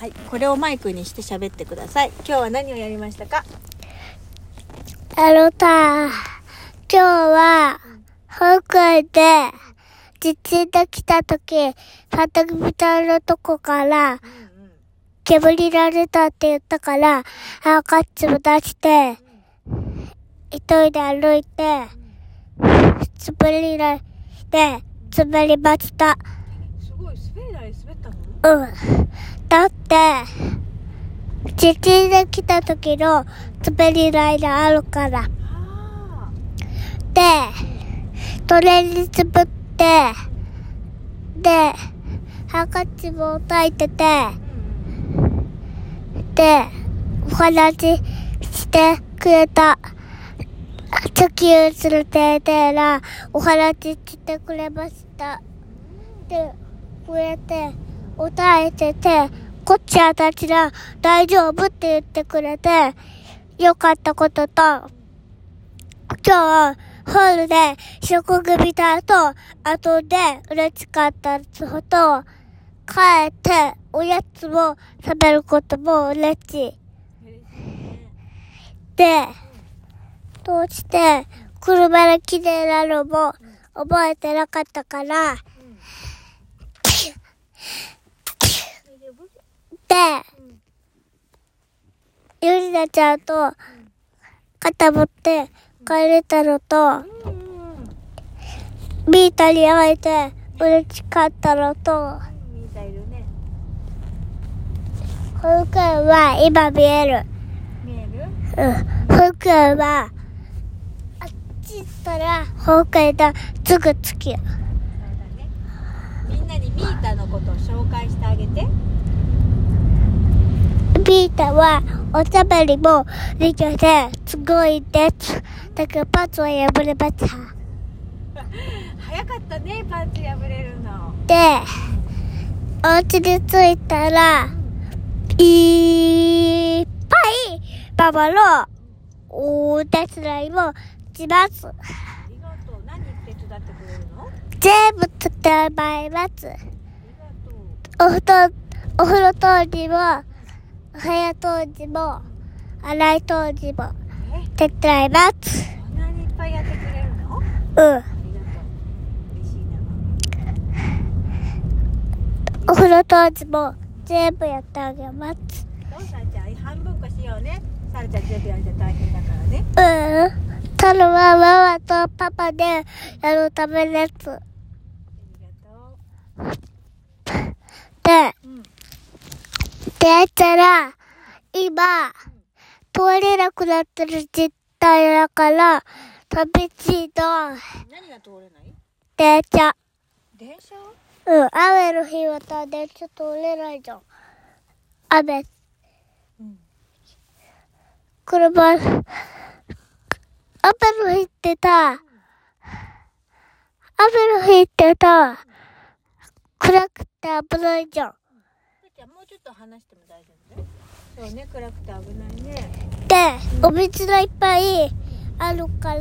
はい、これをマイクにして喋ってください。今日は何をやりましたか？ 今日は保育園で地震が来たとき、サンタみたいなとこから煙が出たって言ったから、ハンカチを出して一人で歩いて滑りました。 すごい、滑ったの？ だって地震が来た時の滑り台があるから。で、それに滑って、で、ハンカチも抱いてて、で、お話ししてくれた。地球する先生がお話ししてくれました。で、こうやって答えてて、こっちゃたちが大丈夫って言ってくれて、よかったことと、今日、ホールで食組見た後で嬉しかったことと、帰っておやつも食べることも嬉しい。で、どうして車が綺麗なのも覚えてなかったから、で、ゆりなちゃんと肩持って帰れたのと、ミータに会えて嬉しかったのと、 ミータいるね。 保育園は今見える。 見える？ 保育園はあっち行ったら保育園がすぐ着きよ。 そうだね。みんなにミータのことを紹介してあげて。 ミータはおしゃべりもできてすごいです。だからパンツは破れました。 早かったね、パンツ破れるの。 で、お家に着いたらいっぱいパパのお手伝いもします。 ありがとう。何手伝ってくれるの？ 全部使ってもらいます。 ありがとう。 お風呂掃除もお部屋掃除も洗い掃除も手伝います。 こんなにいっぱいやってくれるの？ありがとう。嬉しいな。 お風呂掃除も全部やってあげます。 どうさんちゃん半分こしようね。サルちゃん全部やると大変だからね。 たのはママとパパでやるためです。 ありがとう。 で、でやったら今通れなくなってる実態だから寂しいと何が通れない？ 電車。 電車？ 雨の日は電車通れないじゃん。雨。車、雨の日って暗くて危ないじゃん。 もうちょっと話しても大丈夫ね。そうね、暗くて危ないね。 で、お水がいっぱいあるから、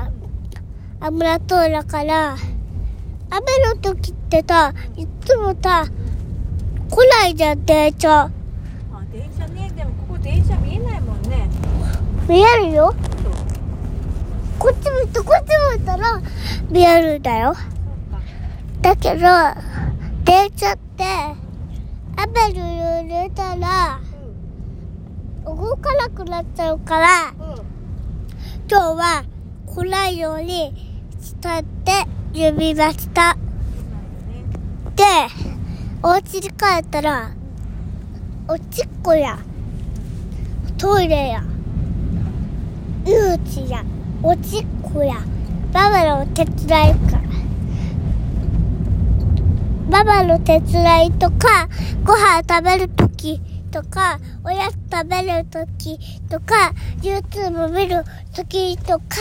油通るから、雨の時っていつも来ないじゃん、電車。 あ、電車ね。でもここ電車見えないもんね。 見えるよ。こっち向いたら見えるんだよ。だけど、電車って雨に濡れたら動かなくなっちゃうから、今日は来ないようにしたって呼びました。で、お家に帰ったらおちっこやトイレやうんちやおちっこやママの手伝いからママの手伝いとかご飯食べるときとかおやつ食べるときとか YouTube 見るときとか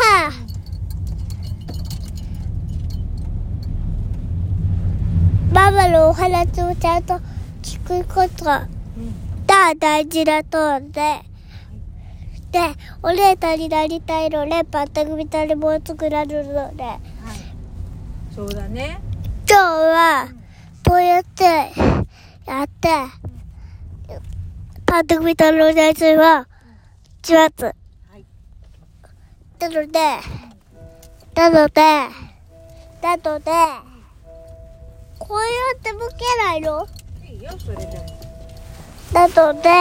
ママのお話をちゃんと聞くことが大事だとでお姉さんになりたいのでパッタ組たりも作られるので、 そうだね。 今日はこうやってやってってみたの練習は、します。 はい。 なので、こうやって向けないの？ いいよ、それでも。 なので、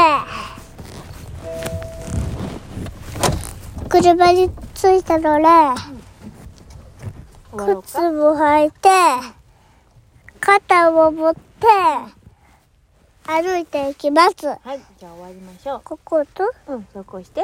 車に着いたので、靴も履いて、肩を持って、歩いていきます。 はい、じゃあ終わりましょう。 ここと？ うん、そこして。